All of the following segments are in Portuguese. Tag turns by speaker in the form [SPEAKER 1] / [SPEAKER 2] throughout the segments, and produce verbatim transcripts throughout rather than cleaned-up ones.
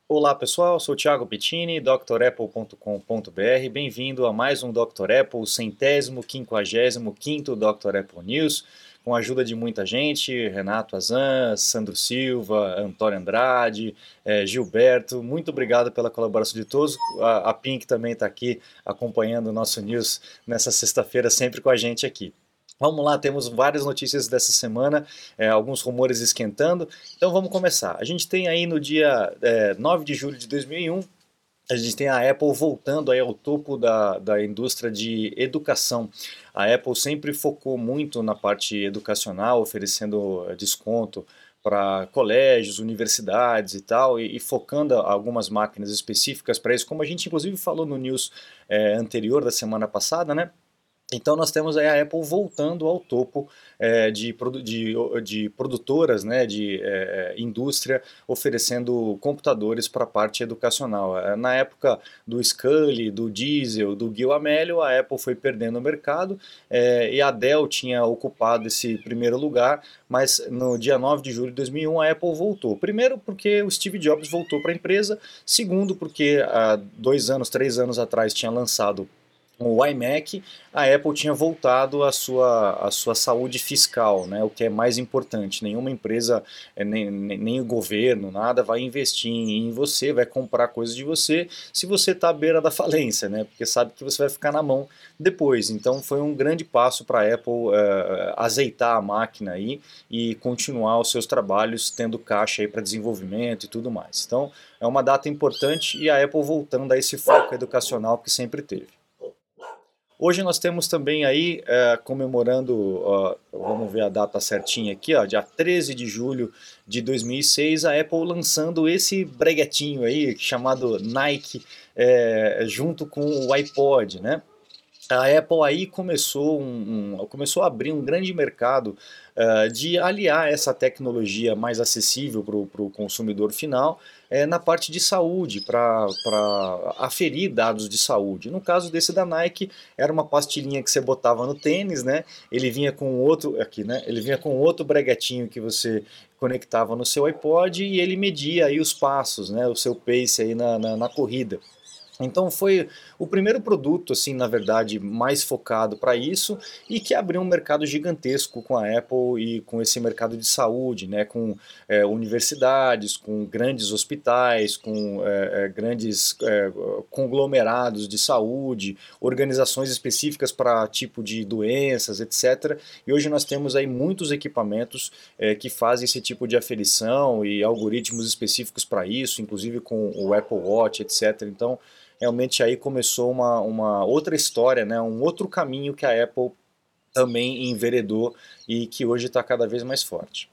[SPEAKER 1] Olá pessoal, sou o Thiago Pittini, doutor apple ponto com ponto br. Bem-vindo a mais um doutor Apple, o centésimo, quinquagésimo quinto doutor Apple News, com a ajuda de muita gente, Renato Azan, Sandro Silva, Antônio Andrade, eh, Gilberto. Muito obrigado pela colaboração de todos. A, a Pink também está aqui acompanhando o nosso news nessa sexta-feira, sempre com a gente aqui. Vamos lá, temos várias notícias dessa semana, é, alguns rumores esquentando, então vamos começar. A gente tem aí no dia é, nove de julho de dois mil e um, a gente tem a Apple voltando aí ao topo da, da indústria de educação. A Apple sempre focou muito na parte educacional, oferecendo eh, desconto para colégios, universidades e tal, e, e focando algumas máquinas específicas para isso, como a gente inclusive falou no news é, anterior da semana passada, né? Então nós temos aí a Apple voltando ao topo é, de, produ de, de, produtoras, né, de é, indústria, oferecendo computadores para a parte educacional. É, na época do Scully, do Diesel, do Gil Amelio, a Apple foi perdendo o mercado é, e a Dell tinha ocupado esse primeiro lugar, mas no dia nove de julho de dois mil e um a Apple voltou. Primeiro porque o Steve Jobs voltou para a empresa, segundo porque há dois anos, três anos atrás tinha lançado o iMac, a Apple tinha voltado à sua, à sua saúde fiscal, né, o que é mais importante. Nenhuma empresa, nem, nem, nem o governo, nada vai investir em você, vai comprar coisas de você se você está à beira da falência, né, porque sabe que você vai ficar na mão depois. Então foi um grande passo para a Apple uh, azeitar a máquina aí e continuar os seus trabalhos tendo caixa aí para desenvolvimento e tudo mais. Então é uma data importante e a Apple voltando a esse foco educacional que sempre teve. Hoje nós temos também aí, é, comemorando, ó, vamos ver a data certinha aqui, ó, dia treze de julho de dois mil e seis, a Apple lançando esse breguetinho aí, chamado Nike, é, junto com o iPod, né? A Apple aí começou, um, um, começou a abrir um grande mercado uh, de aliar essa tecnologia mais acessível para o consumidor final é, na parte de saúde, para aferir dados de saúde. No caso desse da Nike, era uma pastilhinha que você botava no tênis, né? Ele vinha com outro, aqui, né? Ele vinha com outro breguetinho que você conectava no seu iPod e ele media aí os passos, né? O seu pace aí na, na, na corrida. Então foi o primeiro produto, assim, na verdade, mais focado para isso e que abriu um mercado gigantesco com a Apple e com esse mercado de saúde, né, com é, universidades, com grandes hospitais, com é, é, grandes é, conglomerados de saúde, organizações específicas para tipo de doenças, etcétera. E hoje nós temos aí muitos equipamentos é, que fazem esse tipo de aferição e algoritmos específicos para isso, inclusive com o Apple Watch, etcétera. Então realmente aí começou uma, uma outra história, né? Um outro caminho que a Apple também enveredou e que hoje está cada vez mais forte.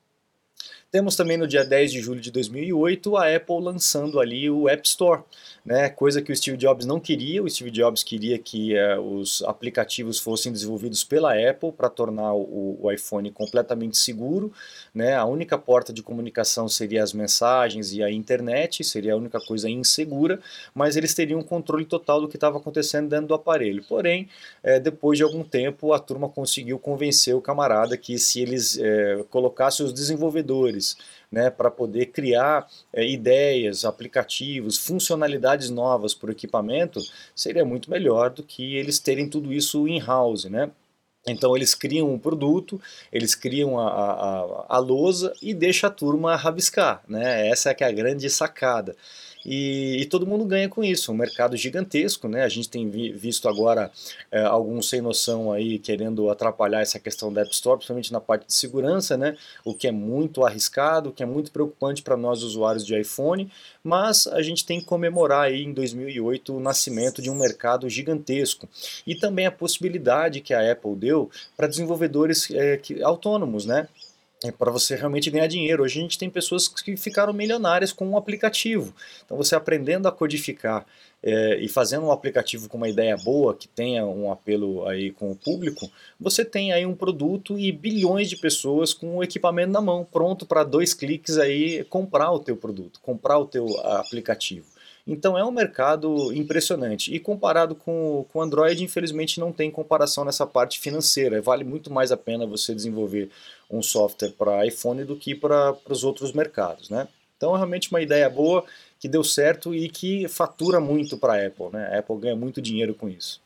[SPEAKER 1] Temos também no dia dez de julho de dois mil e oito a Apple lançando ali o App Store, né, coisa que o Steve Jobs não queria. O Steve Jobs queria que uh, os aplicativos fossem desenvolvidos pela Apple para tornar o, o iPhone completamente seguro, né. A única porta de comunicação seria as mensagens e a internet, seria a única coisa insegura, mas eles teriam um controle total do que estava acontecendo dentro do aparelho. Porém, eh, depois de algum tempo, a turma conseguiu convencer o camarada que se eles eh, colocassem os desenvolvedores, né, para poder criar é, ideias, aplicativos, funcionalidades novas para o equipamento, seria muito melhor do que eles terem tudo isso in-house, né? Então eles criam um produto, eles criam a, a, a lousa e deixa a turma rabiscar, né? Essa é que é a grande sacada. E, e todo mundo ganha com isso, um mercado gigantesco, né? A gente tem vi, visto agora é, alguns sem noção aí querendo atrapalhar essa questão da App Store, principalmente na parte de segurança, né? O que é muito arriscado, o que é muito preocupante para nós usuários de iPhone, mas a gente tem que comemorar aí em dois mil e oito o nascimento de um mercado gigantesco e também a possibilidade que a Apple deu para desenvolvedores é, que, autônomos, né? É para você realmente ganhar dinheiro. Hoje a gente tem pessoas que ficaram milionárias com um aplicativo. Então você aprendendo a codificar é, e fazendo um aplicativo com uma ideia boa, que tenha um apelo aí com o público, você tem aí um produto e bilhões de pessoas com o equipamento na mão, pronto para dois cliques aí comprar o teu produto, comprar o teu aplicativo. Então é um mercado impressionante. E comparado com o Android, infelizmente não tem comparação nessa parte financeira. Vale muito mais a pena você desenvolver um software para iPhone do que para os outros mercados, né? Então é realmente uma ideia boa que deu certo e que fatura muito para a Apple, né? A Apple ganha muito dinheiro com isso.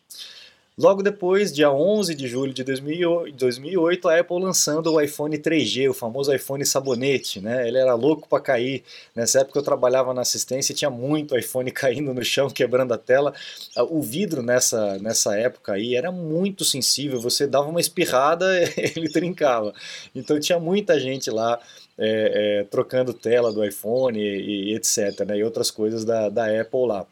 [SPEAKER 1] Logo depois, dia onze de julho de dois mil e oito, a Apple lançando o iPhone três G, o famoso iPhone sabonete, né? Ele era louco para cair. Nessa época eu trabalhava na assistência e tinha muito iPhone caindo no chão, quebrando a tela. O vidro nessa, nessa época aí era muito sensível, você dava uma espirrada ele trincava. Então tinha muita gente lá é, é, trocando tela do iPhone e, e etc, né? E outras coisas da, da Apple lá.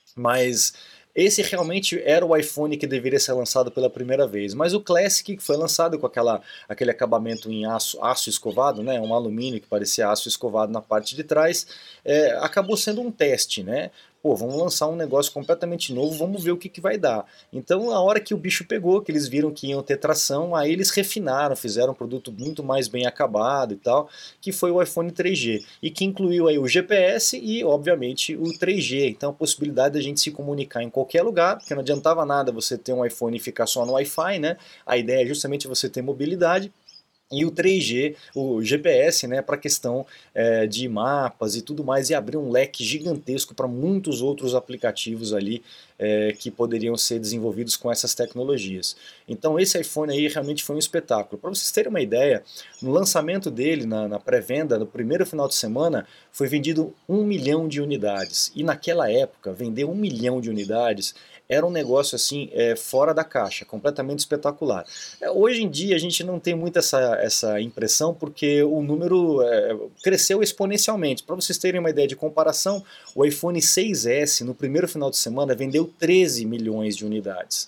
[SPEAKER 1] Mas esse realmente era o iPhone que deveria ser lançado pela primeira vez, mas o Classic, que foi lançado com aquela, aquele acabamento em aço, aço escovado, né, um alumínio que parecia aço escovado na parte de trás, é, acabou sendo um teste, né? Pô, vamos lançar um negócio completamente novo, vamos ver o que, que vai dar. Então, a hora que o bicho pegou, que eles viram que iam ter tração, aí eles refinaram, fizeram um produto muito mais bem acabado e tal, que foi o iPhone três G, e que incluiu aí o G P S e, obviamente, o três G. Então, a possibilidade da gente se comunicar em qualquer lugar, porque não adiantava nada você ter um iPhone e ficar só no Wi-Fi, né? A ideia é justamente você ter mobilidade. E o três G, o G P S, né, para a questão é, de mapas e tudo mais, e abrir um leque gigantesco para muitos outros aplicativos ali é, que poderiam ser desenvolvidos com essas tecnologias. Então esse iPhone aí realmente foi um espetáculo. Para vocês terem uma ideia, no lançamento dele, na, na pré-venda, no primeiro final de semana, foi vendido um milhão de unidades. E naquela época, vender um milhão de unidades era um negócio assim, é, fora da caixa, completamente espetacular. É, hoje em dia a gente não tem muito essa, essa impressão porque o número é, cresceu exponencialmente. Para vocês terem uma ideia de comparação, o iPhone seis S no primeiro final de semana vendeu treze milhões de unidades.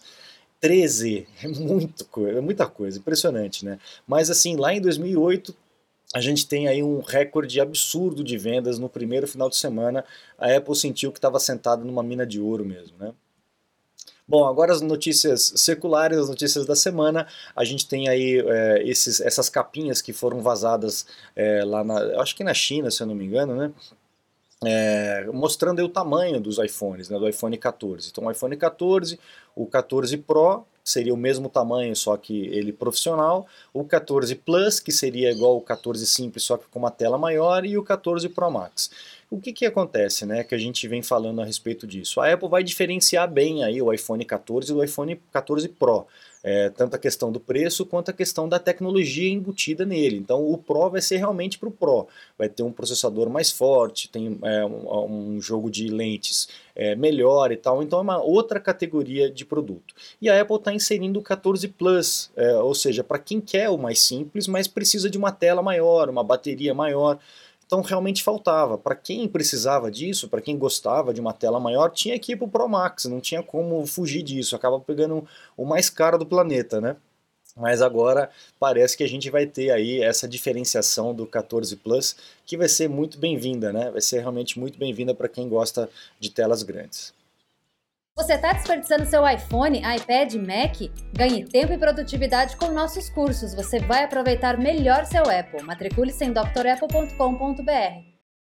[SPEAKER 1] treze, é muito, é muita coisa, impressionante, né? Mas assim, lá em dois mil e oito a gente tem aí um recorde absurdo de vendas no primeiro final de semana. A Apple sentiu que estava sentada numa mina de ouro mesmo, né? Bom, agora as notícias seculares, as notícias da semana. A gente tem aí é, esses, essas capinhas que foram vazadas é, lá na, acho que na China, se eu não me engano, né? É, mostrando aí o tamanho dos iPhones, né, do iPhone quatorze. Então o iPhone quatorze, o quatorze Pro seria o mesmo tamanho, só que ele profissional, o quatorze Plus, que seria igual o quatorze simples, só que com uma tela maior, e o quatorze Pro Max. O que que acontece, né, que a gente vem falando a respeito disso? A Apple vai diferenciar bem aí o iPhone quatorze do iPhone quatorze Pro. É, tanto a questão do preço quanto a questão da tecnologia embutida nele. Então o Pro vai ser realmente para o Pro, vai ter um processador mais forte, tem é, um, um jogo de lentes é, melhor e tal, então é uma outra categoria de produto. E a Apple está inserindo o quatorze Plus, é, ou seja, para quem quer o mais simples, mas precisa de uma tela maior, uma bateria maior. Então realmente faltava. Para quem precisava disso, para quem gostava de uma tela maior, tinha que ir para o Pro Max, não tinha como fugir disso, acaba pegando o mais caro do planeta, né? Mas agora parece que a gente vai ter aí essa diferenciação do quatorze Plus, que vai ser muito bem-vinda, né? Vai ser realmente muito bem-vinda para quem gosta de telas grandes.
[SPEAKER 2] Você está desperdiçando seu iPhone, iPad, Mac? Ganhe tempo e produtividade com nossos cursos. Você vai aproveitar melhor seu Apple. Matricule-se em d r apple ponto com ponto b r.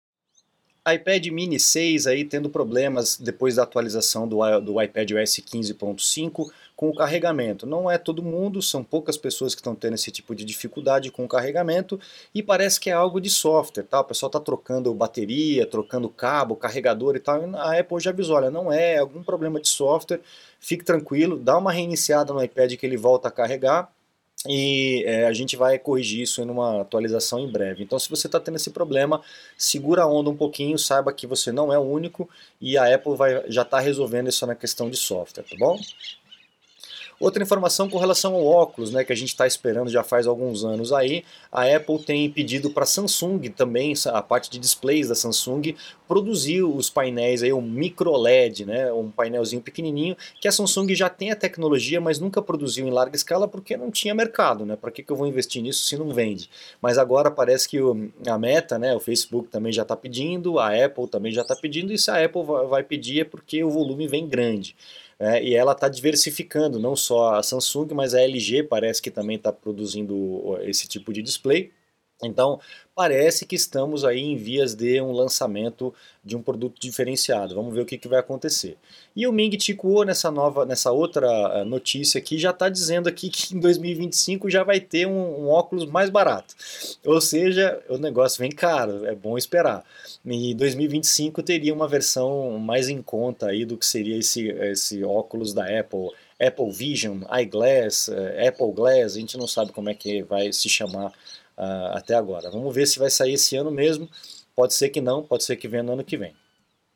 [SPEAKER 1] iPad mini seis aí tendo problemas depois da atualização do, do iPadOS quinze ponto cinco com o carregamento. Não é todo mundo, são poucas pessoas que estão tendo esse tipo de dificuldade com o carregamento e parece que é algo de software, tá? O pessoal está trocando bateria, trocando cabo, carregador e tal, e a Apple já avisou, olha, não é algum problema de software, fique tranquilo, dá uma reiniciada no iPad que ele volta a carregar. E é, a gente vai corrigir isso em uma atualização em breve. Então se você está tendo esse problema, segura a onda um pouquinho, saiba que você não é o único e a Apple vai, já está resolvendo isso na questão de software, tá bom? Outra informação com relação ao óculos, né, que a gente está esperando já faz alguns anos aí, a Apple tem pedido para a Samsung também, a parte de displays da Samsung, produzir os painéis, aí, um micro L E D, né, um painelzinho pequenininho, que a Samsung já tem a tecnologia, mas nunca produziu em larga escala porque não tinha mercado, né, para que, que eu vou investir nisso se não vende? Mas agora parece que o, a Meta, né, o Facebook também já está pedindo, a Apple também já está pedindo, e se a Apple vai pedir é porque o volume vem grande. É, e ela está diversificando, não só a Samsung, mas a L G parece que também está produzindo esse tipo de display. Então, parece que estamos aí em vias de um lançamento de um produto diferenciado. Vamos ver o que, que vai acontecer. E o Ming Chi Kuo, nessa, nova, nessa outra notícia aqui, já está dizendo aqui que em dois mil e vinte e cinco já vai ter um, um óculos mais barato. Ou seja, o negócio vem caro, é bom esperar. E dois mil e vinte e cinco teria uma versão mais em conta aí do que seria esse, esse óculos da Apple. Apple Vision, iGlass, Apple Glass, a gente não sabe como é que vai se chamar Uh, até agora. Vamos ver se vai sair esse ano mesmo. Pode ser que não, pode ser que venha no ano que vem.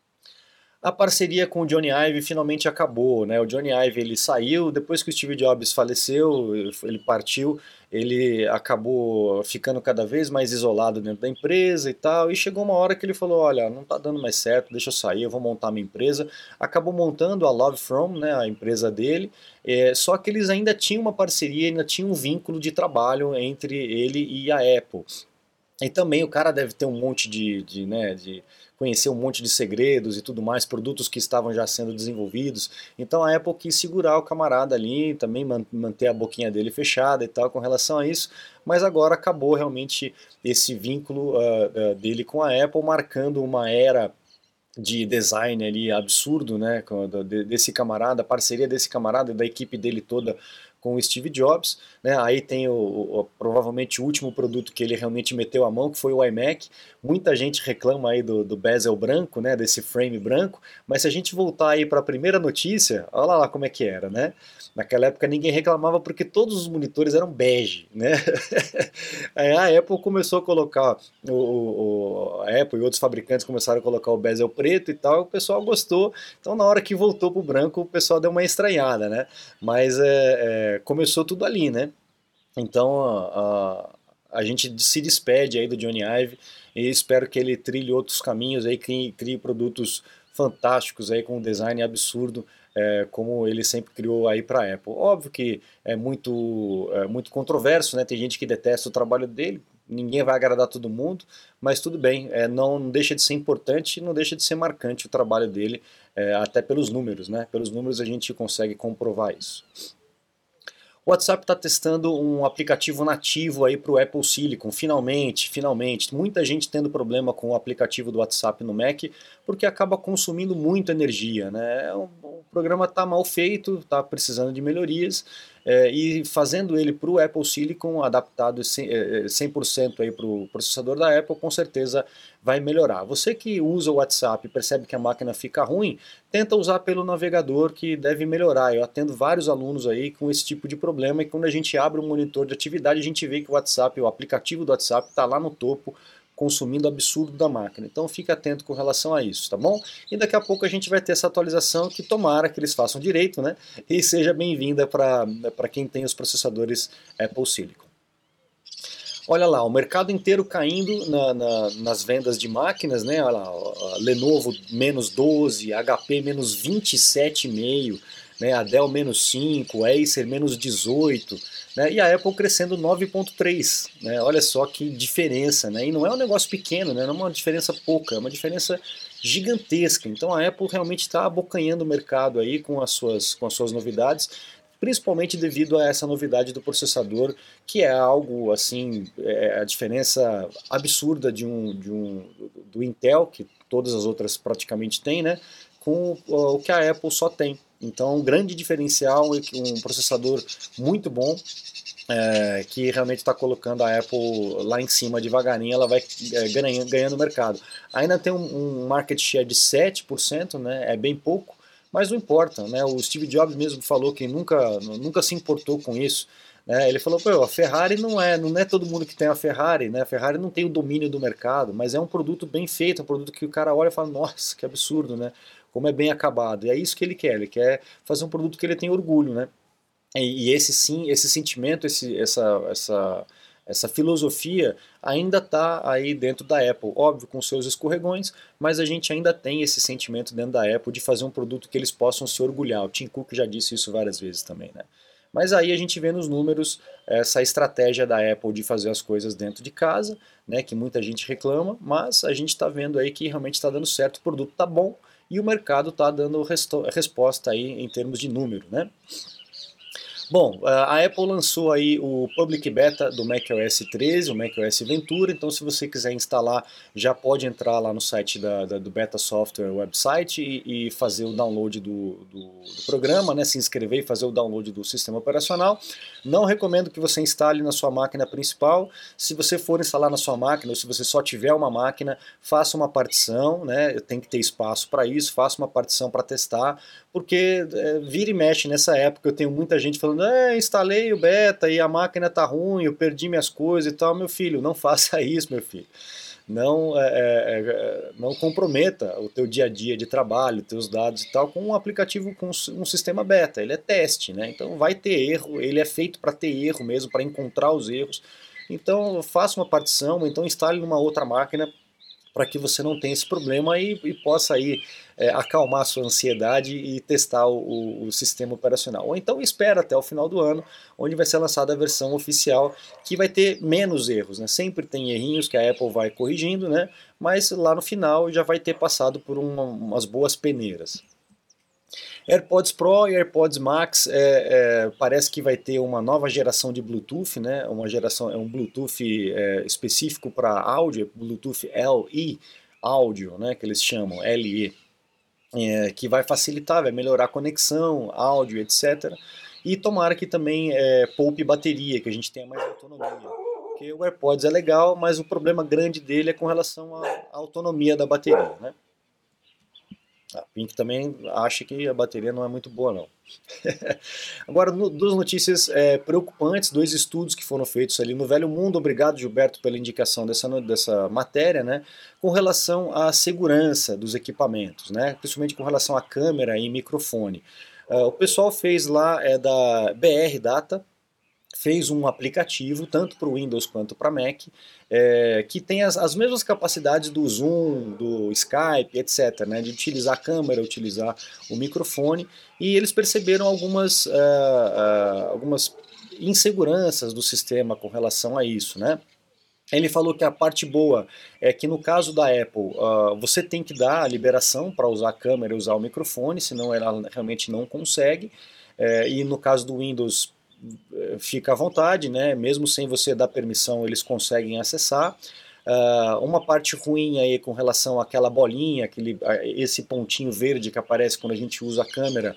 [SPEAKER 1] A parceria com o Johnny Ive finalmente acabou, né? O Johnny Ive ele saiu, depois que o Steve Jobs faleceu, ele partiu, ele acabou ficando cada vez mais isolado dentro da empresa e tal, e chegou uma hora que ele falou, olha, não tá dando mais certo, deixa eu sair, eu vou montar minha empresa. Acabou montando a Love From, né, a empresa dele, é, só que eles ainda tinham uma parceria, ainda tinham um vínculo de trabalho entre ele e a Apple. E também o cara deve ter um monte de, de, né, de conhecer um monte de segredos e tudo mais, produtos que estavam já sendo desenvolvidos. Então a Apple quis segurar o camarada ali, também manter a boquinha dele fechada e tal com relação a isso, mas agora acabou realmente esse vínculo uh, uh, dele com a Apple, marcando uma era de design ali absurdo, né, desse camarada, a parceria desse camarada, da equipe dele toda com o Steve Jobs, né? Aí tem o, o, provavelmente o último produto que ele realmente meteu a mão, que foi o iMac. Muita gente reclama aí do, do bezel branco, né, desse frame branco, mas se a gente voltar aí para a primeira notícia, olha lá como é que era, né? Naquela época ninguém reclamava porque todos os monitores eram bege, né? Aí a Apple começou a colocar, o, o, a Apple e outros fabricantes começaram a colocar o bezel preto e tal, e o pessoal gostou. Então na hora que voltou pro branco, o pessoal deu uma estranhada, né? Mas é, é, começou tudo ali, né? Então a, a, a gente se despede aí do Johnny Ive e espero que ele trilhe outros caminhos aí, crie, crie produtos fantásticos aí com um design absurdo, é, como ele sempre criou aí para a Apple. Óbvio que é muito, é muito controverso, né? Tem gente que detesta o trabalho dele, ninguém vai agradar todo mundo, mas tudo bem, é, não, não deixa de ser importante, não deixa de ser marcante o trabalho dele, é, até pelos números, né? Pelos números a gente consegue comprovar isso. O WhatsApp está testando um aplicativo nativo aí para o Apple Silicon, finalmente, finalmente. Muita gente tendo problema com o aplicativo do WhatsApp no Mac, porque acaba consumindo muita energia, né? O, o programa está mal feito, está precisando de melhorias, é, e fazendo ele para o Apple Silicon, adaptado cem por cento para o processador da Apple, com certeza vai melhorar. Você que usa o WhatsApp e percebe que a máquina fica ruim, tenta usar pelo navegador que deve melhorar. Eu atendo vários alunos aí com esse tipo de problema e quando a gente abre um monitor de atividade, a gente vê que o WhatsApp, o aplicativo do WhatsApp está lá no topo, consumindo absurdo da máquina. Então fique atento com relação a isso, tá bom? E daqui a pouco a gente vai ter essa atualização que tomara que eles façam direito, né? E seja bem-vinda para quem tem os processadores Apple Silicon. Olha lá, o mercado inteiro caindo na, na, nas vendas de máquinas, né? Olha lá, Lenovo menos doze, H P menos vinte e sete vírgula cinco, né? A Dell menos cinco, Acer menos dezoito, né? E a Apple crescendo nove vírgula três, né? Olha só que diferença, né? E não é um negócio pequeno, né? Não é uma diferença pouca, é uma diferença gigantesca. Então a Apple realmente está abocanhando o mercado aí com as suas, com as suas novidades, principalmente devido a essa novidade do processador, que é algo assim, é a diferença absurda de um, de um, do Intel, que todas as outras praticamente têm, né, com o que a Apple só tem. Então um grande diferencial, um processador muito bom, é, que realmente está colocando a Apple lá em cima devagarinho, ela vai é, ganhando, ganhando mercado. Ainda tem um, um market share de sete por cento, né, é bem pouco, mas não importa, né? O Steve Jobs mesmo falou que nunca, nunca se importou com isso, né? Ele falou, pô, a Ferrari não é, não é todo mundo que tem a Ferrari, né? A Ferrari não tem o domínio do mercado, mas é um produto bem feito, um produto que o cara olha e fala, nossa, que absurdo, né? Como é bem acabado. E é isso que ele quer, ele quer fazer um produto que ele tem orgulho, né? E, e esse sim, esse sentimento, esse, essa, essa, essa filosofia ainda está aí dentro da Apple, óbvio com seus escorregões, mas a gente ainda tem esse sentimento dentro da Apple de fazer um produto que eles possam se orgulhar. O Tim Cook já disse isso várias vezes também, né? Mas aí a gente vê nos números essa estratégia da Apple de fazer as coisas dentro de casa, né, que muita gente reclama, mas a gente está vendo aí que realmente está dando certo, o produto está bom e o mercado está dando resposta aí em termos de número, né? Bom, a Apple lançou aí o Public Beta do macOS treze, o macOS Ventura, então se você quiser instalar, já pode entrar lá no site da, da, do Beta Software website e, e fazer o download do, do, do programa, né, se inscrever e fazer o download do sistema operacional. Não recomendo que você instale na sua máquina principal. Se você for instalar na sua máquina, ou se você só tiver uma máquina, faça uma partição, né, tem que ter espaço para isso, faça uma partição para testar, porque é, vira e mexe nessa época, eu tenho muita gente falando, é, instalei o beta e a máquina tá ruim, eu perdi minhas coisas e tal. Meu filho, não faça isso, meu filho. Não, é, é, não comprometa o teu dia a dia de trabalho, teus dados e tal, com um aplicativo com um sistema beta. Ele é teste, né? Então vai ter erro, ele é feito para ter erro mesmo, para encontrar os erros. Então faça uma partição, ou então instale numa outra máquina para que você não tenha esse problema e, e possa aí é, acalmar a sua ansiedade e testar o, o sistema operacional. Ou então espera até o final do ano, onde vai ser lançada a versão oficial, que vai ter menos erros, né? Sempre tem errinhos que a Apple vai corrigindo, né? Mas lá no final já vai ter passado por uma, umas boas peneiras. AirPods Pro e AirPods Max é, é, parece que vai ter uma nova geração de Bluetooth, né? Uma geração, é um Bluetooth é, específico para áudio, Bluetooth L E áudio, né? Que eles chamam L E, é, que vai facilitar, vai melhorar a conexão, áudio, etcétera. E tomara que também é, poupe bateria, que a gente tenha mais autonomia. Porque o AirPods é legal, mas o problema grande dele é com relação à autonomia da bateria, né? A Pink também acha que a bateria não é muito boa, não. Agora, no, duas notícias é, preocupantes, dois estudos que foram feitos ali no Velho Mundo. Obrigado, Gilberto, pela indicação dessa, dessa matéria, né, com relação à segurança dos equipamentos, né, principalmente com relação à câmera e microfone. Uh, o pessoal fez lá, é da B R Data, fez um aplicativo, tanto para o Windows quanto para Mac, é, que tem as, as mesmas capacidades do Zoom, do Skype, etcétera, né, de utilizar a câmera, utilizar o microfone, e eles perceberam algumas, uh, uh, algumas inseguranças do sistema com relação a isso, né. Ele falou que a parte boa é que no caso da Apple, uh, você tem que dar a liberação para usar a câmera e usar o microfone, senão ela realmente não consegue, é, e no caso do Windows, fica à vontade, né? Mesmo sem você dar permissão, eles conseguem acessar. Uh, uma parte ruim aí com relação àquela bolinha, aquele, esse pontinho verde que aparece quando a gente usa a câmera,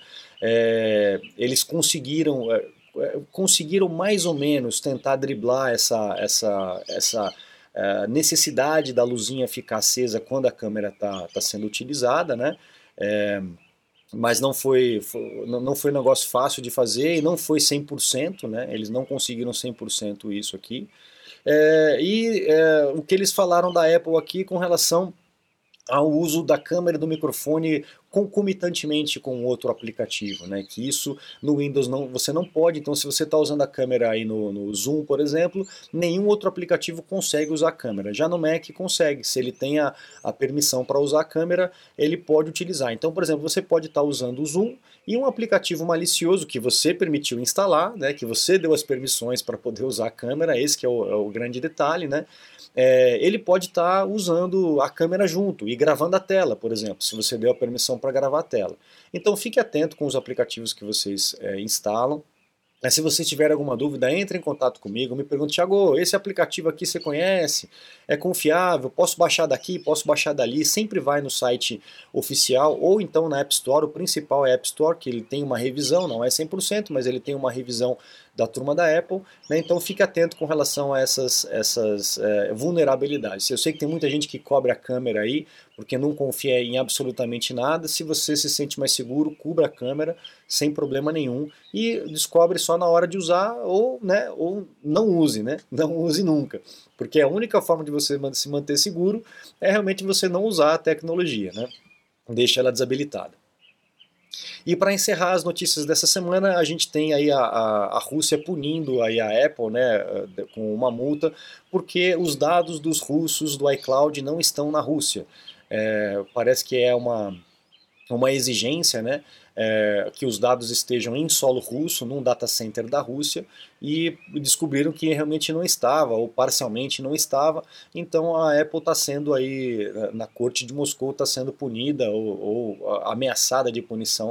[SPEAKER 1] é, eles conseguiram, é, conseguiram mais ou menos tentar driblar essa, essa, essa é, necessidade da luzinha ficar acesa quando a câmera está tá sendo utilizada, né? É, mas não foi, foi, não foi um negócio fácil de fazer e não foi cem por cento, né? Eles não conseguiram cem por cento isso aqui. É, e é, o que eles falaram da Apple aqui com relação ao uso da câmera e do microfone concomitantemente com outro aplicativo, né? Que isso no Windows não, você não pode. Então, se você está usando a câmera aí no, no Zoom, por exemplo, nenhum outro aplicativo consegue usar a câmera. Já no Mac consegue. Se ele tem a, a permissão para usar a câmera, ele pode utilizar. Então, por exemplo, você pode estar tá usando o Zoom e um aplicativo malicioso que você permitiu instalar, né? Que você deu as permissões para poder usar a câmera. Esse que é o, é o grande detalhe, né? É, ele pode estar tá usando a câmera junto e gravando a tela, por exemplo, se você deu a permissão para gravar a tela. Então fique atento com os aplicativos que vocês é, instalam. Mas se você tiver alguma dúvida, entre em contato comigo, me pergunte, Thiago, esse aplicativo aqui você conhece? É confiável? Posso baixar daqui? Posso baixar dali? Sempre vai no site oficial ou então na App Store. O principal é a App Store, que ele tem uma revisão, não é cem por cento, mas ele tem uma revisão da turma da Apple, né? Então fique atento com relação a essas, essas é, vulnerabilidades. Eu sei que tem muita gente que cobre a câmera aí, porque não confia em absolutamente nada. Se você se sente mais seguro, cubra a câmera sem problema nenhum e descobre só na hora de usar ou, né, ou não use, né? Não use nunca, porque a única forma de você se manter seguro é realmente você não usar a tecnologia, né? Deixa ela desabilitada. E para encerrar as notícias dessa semana, a gente tem aí a, a, a Rússia punindo aí a Apple, né, com uma multa, porque os dados dos russos do iCloud não estão na Rússia. É, parece que é uma, uma exigência, né, é, que os dados estejam em solo russo, num data center da Rússia, e descobriram que realmente não estava, ou parcialmente não estava. Então a Apple está sendo aí, na corte de Moscou, está sendo punida ou, ou ameaçada de punição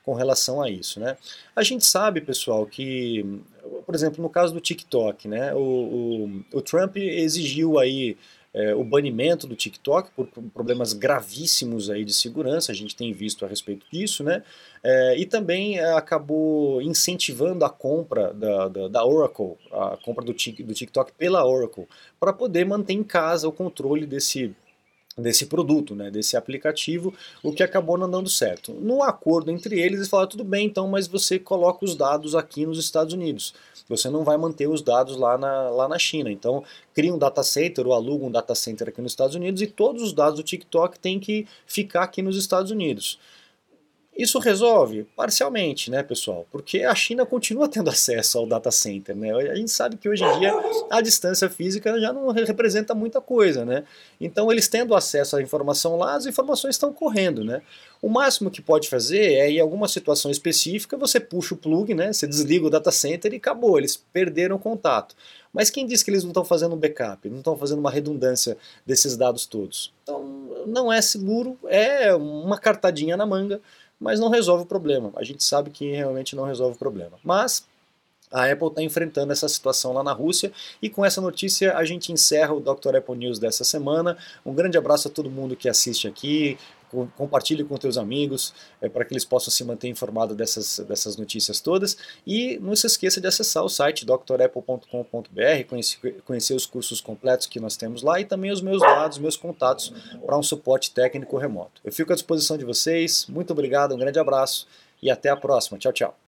[SPEAKER 1] com relação a isso, né? A gente sabe, pessoal, que, por exemplo, no caso do TikTok, né, o, o, o Trump exigiu aí é, o banimento do TikTok por problemas gravíssimos aí de segurança, a gente tem visto a respeito disso, né? É, e também é, acabou incentivando a compra da, da, da Oracle, a compra do, do TikTok pela Oracle, para poder manter em casa o controle desse desse produto, né, desse aplicativo, o que acabou não dando certo. No acordo entre eles, eles falaram, tudo bem, então, mas você coloca os dados aqui nos Estados Unidos. Você não vai manter os dados lá na, lá na China. Então, cria um data center ou aluga um data center aqui nos Estados Unidos e todos os dados do TikTok têm que ficar aqui nos Estados Unidos. Isso resolve? Parcialmente, né, pessoal? Porque a China continua tendo acesso ao data center, né? A gente sabe que hoje em dia a distância física já não representa muita coisa, né? Então, eles tendo acesso à informação lá, as informações estão correndo, né? O máximo que pode fazer é, em alguma situação específica, você puxa o plug, né? Você desliga o data center e acabou, eles perderam o contato. Mas quem diz que eles não estão fazendo um backup, não estão fazendo uma redundância desses dados todos? Então, não é seguro, é uma cartadinha na manga, mas não resolve o problema. A gente sabe que realmente não resolve o problema. Mas a Apple está enfrentando essa situação lá na Rússia e com essa notícia a gente encerra o doutor Apple News dessa semana. Um grande abraço a todo mundo que assiste aqui. Compartilhe com teus amigos é, para que eles possam se manter informados dessas, dessas notícias todas. E não se esqueça de acessar o site doutor apple ponto com ponto br, conhecer, conhecer os cursos completos que nós temos lá e também os meus dados, meus contatos para um suporte técnico remoto. Eu fico à disposição de vocês. Muito obrigado, um grande abraço e até a próxima. Tchau, tchau.